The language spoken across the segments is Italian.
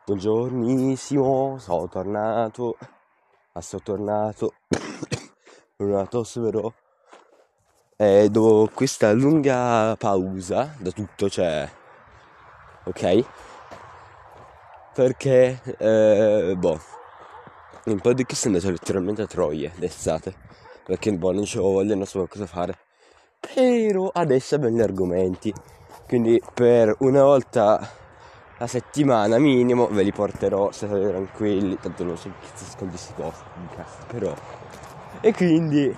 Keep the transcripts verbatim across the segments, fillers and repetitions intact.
Buongiornissimo, sono tornato, ah, sono tornato con una tosse però e dopo questa lunga pausa da tutto, cioè, ok? Perché, eh, boh, un po' di che sono andato letteralmente a Troie d'estate, perché boh, non c'avevo voglia, non so cosa fare, però adesso abbiamo gli argomenti, quindi per una volta la settimana minimo ve li porterò, state tranquilli, tanto non so che si ascolti sti podcast, però. E quindi.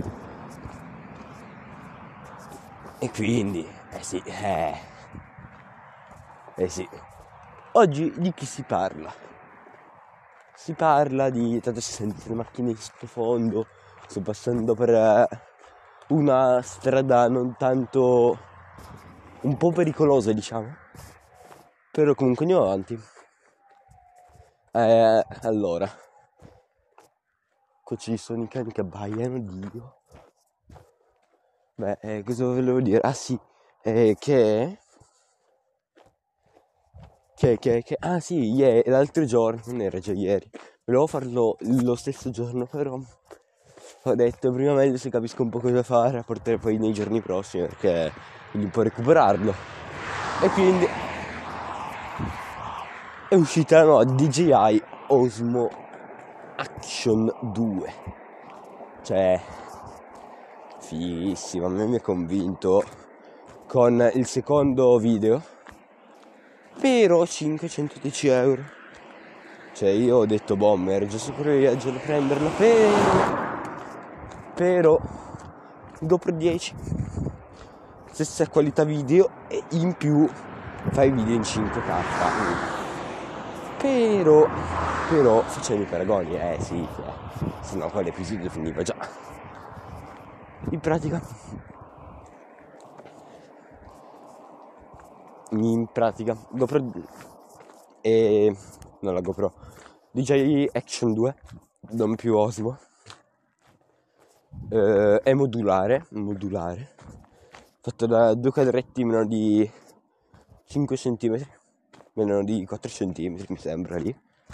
E quindi, eh sì, eh. Eh sì. Oggi di chi si parla? Si parla di. Tanto si sente le macchine in sottofondo, sto passando per una strada non tanto. Un po' pericolosa, diciamo. Però comunque andiamo avanti. Eh, allora, qua ci sono i cani che abbaiano, Dio. Beh, eh, cosa volevo dire? Ah sì, eh, che... Che, che, che... Ah sì, ieri, l'altro giorno, non era già ieri. Volevo farlo lo stesso giorno, però ho detto prima meglio se capisco un po' cosa fare a portare poi nei giorni prossimi, perché quindi un po' recuperarlo. E quindi è uscita no, D J I Osmo Action due. Cioè, fighissima, a me mi ha convinto con il secondo video, però cinquecentodieci euro. Cioè io ho detto boh, mi ero già sicuro di viaggio da prenderlo, però però dopo dieci stessa qualità video e in più fai video in cinque K. Però però facevi i paragoni, eh sì, eh, se no con l'episodio finiva già. In pratica in pratica GoPro e non la GoPro D J I Action due non più Osmo, eh, è modulare modulare fatto da due quadretti meno di cinque centimetri, meno di quattro centimetri mi sembra lì,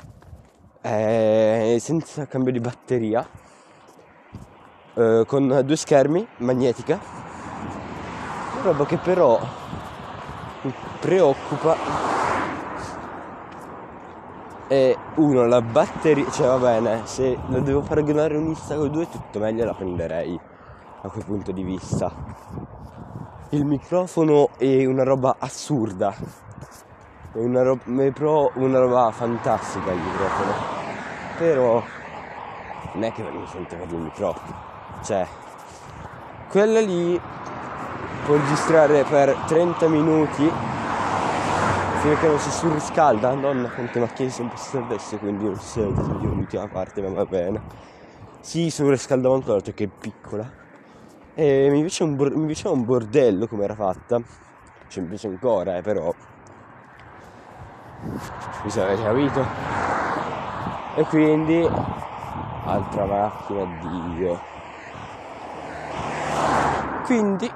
è senza cambio di batteria, eh, con due schermi, magnetica, roba che però mi preoccupa è uno, la batteria, cioè va bene, se la devo paragonare un Instagram due tutto meglio la prenderei a quel punto di vista. Il microfono è una roba assurda, è una roba, è però una roba fantastica il microfono, però non è che mi sento per il microfono, cioè quella lì può registrare per trenta minuti fino a che non si surriscalda. Madonna quante macchine sono passate adesso, quindi non si sente l'ultima parte, ma va bene. Si surriscalda molto l'altro che è piccola. E mi piace un, bor- mi piaceva un bordello come era fatta, cioè mi piace ancora, eh, però mi sa avete capito. E quindi altra macchina, Dio. Quindi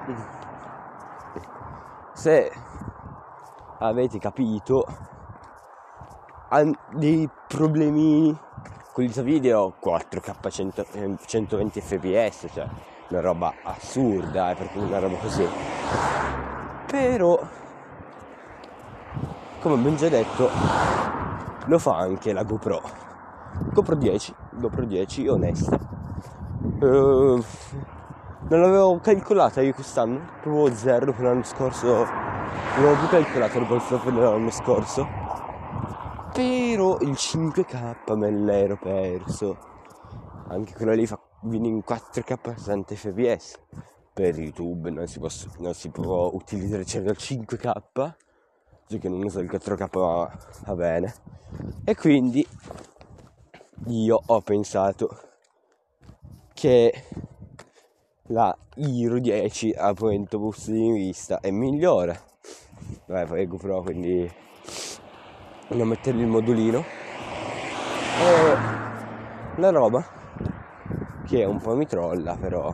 se avete capito, ha dei problemini con il video quattro K cento, centoventi fps, cioè una roba assurda, è proprio una roba così. Però come abbiamo già detto lo fa anche la GoPro GoPro dieci GoPro dieci onesta, uh, non l'avevo calcolata io quest'anno, proprio zero, per l'anno scorso non avevo più calcolato il golf per l'anno scorso, però il cinque K me l'ero perso, anche quella lì fa viene in quattro K sessanta fps. Per YouTube non si può, non si può utilizzare certo il cinque K, cioè che non uso il quattro K, ma va bene. E quindi io ho pensato che la Hero dieci a punto punto di vista è migliore. Vabbè, poi è GoPro, quindi non mettere il modulino. E la roba che un po' mi trolla, però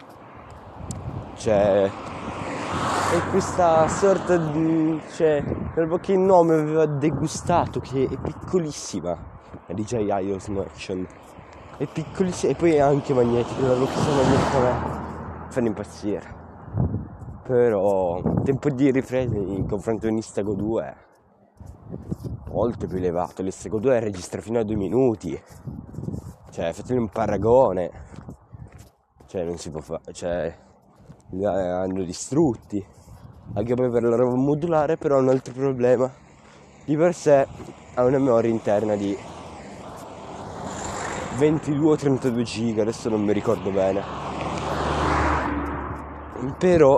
cioè è questa sorta di, cioè Proprio che no, mi aveva degustato, che è piccolissima la D J I Osmo Action, è piccolissima, e poi è anche magnetica, la questa magnetica a me fanno impazzire. Però il tempo di ripresa in confronto con l'Instago due è molto più elevato. L'Instago due registra fino a due minuti, cioè fatemi un paragone, cioè non si può fare, cioè li hanno distrutti. Anche poi per la roba modulare però ha un altro problema, di per sé ha una memoria interna di ventidue o trentadue giga, adesso non mi ricordo bene, però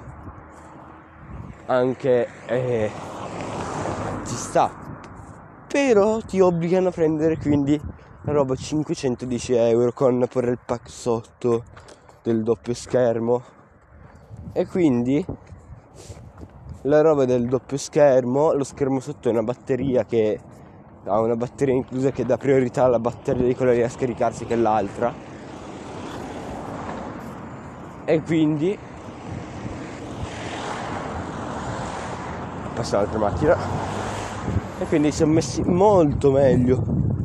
anche eh, ci sta, però ti obbligano a prendere quindi la roba cinquecentodieci euro con pure il pack sotto del doppio schermo, e quindi la roba del doppio schermo, lo schermo sotto è una batteria che ha una batteria inclusa che dà priorità alla batteria di quella lì a scaricarsi che è l'altra, e quindi passa l'altra macchina, e quindi siamo messi molto meglio.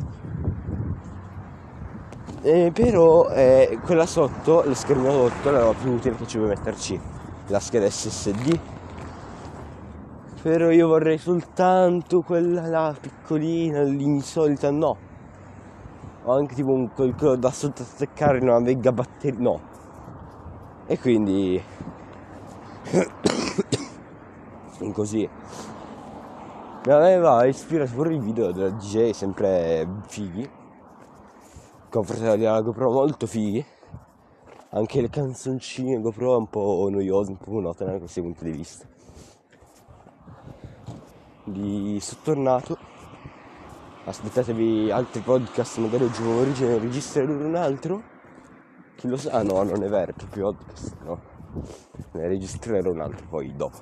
E però eh, quella sotto, lo schermo sotto, è la roba più utile, che ci vuoi metterci la scheda S S D. Però io vorrei soltanto quella là piccolina, l'insolita, no. O anche tipo un qualcosa da sottosteccare, una mega batteria, no. E quindi così mi aveva ispirato pure il video della D J, sempre fighi, con fratelli alla GoPro molto fighi. Anche le canzoncine GoPro un po' noiose, un po' monotone da questo punto di vista. Di sottornato, aspettatevi altri podcast, magari oggi pomeriggio ne registrerò un altro, chi lo sa. No, non è vero, più podcast, no, ne registrerò un altro poi dopo.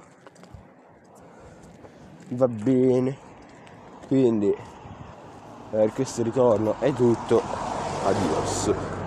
Va bene, quindi per questo ritorno è tutto, adios.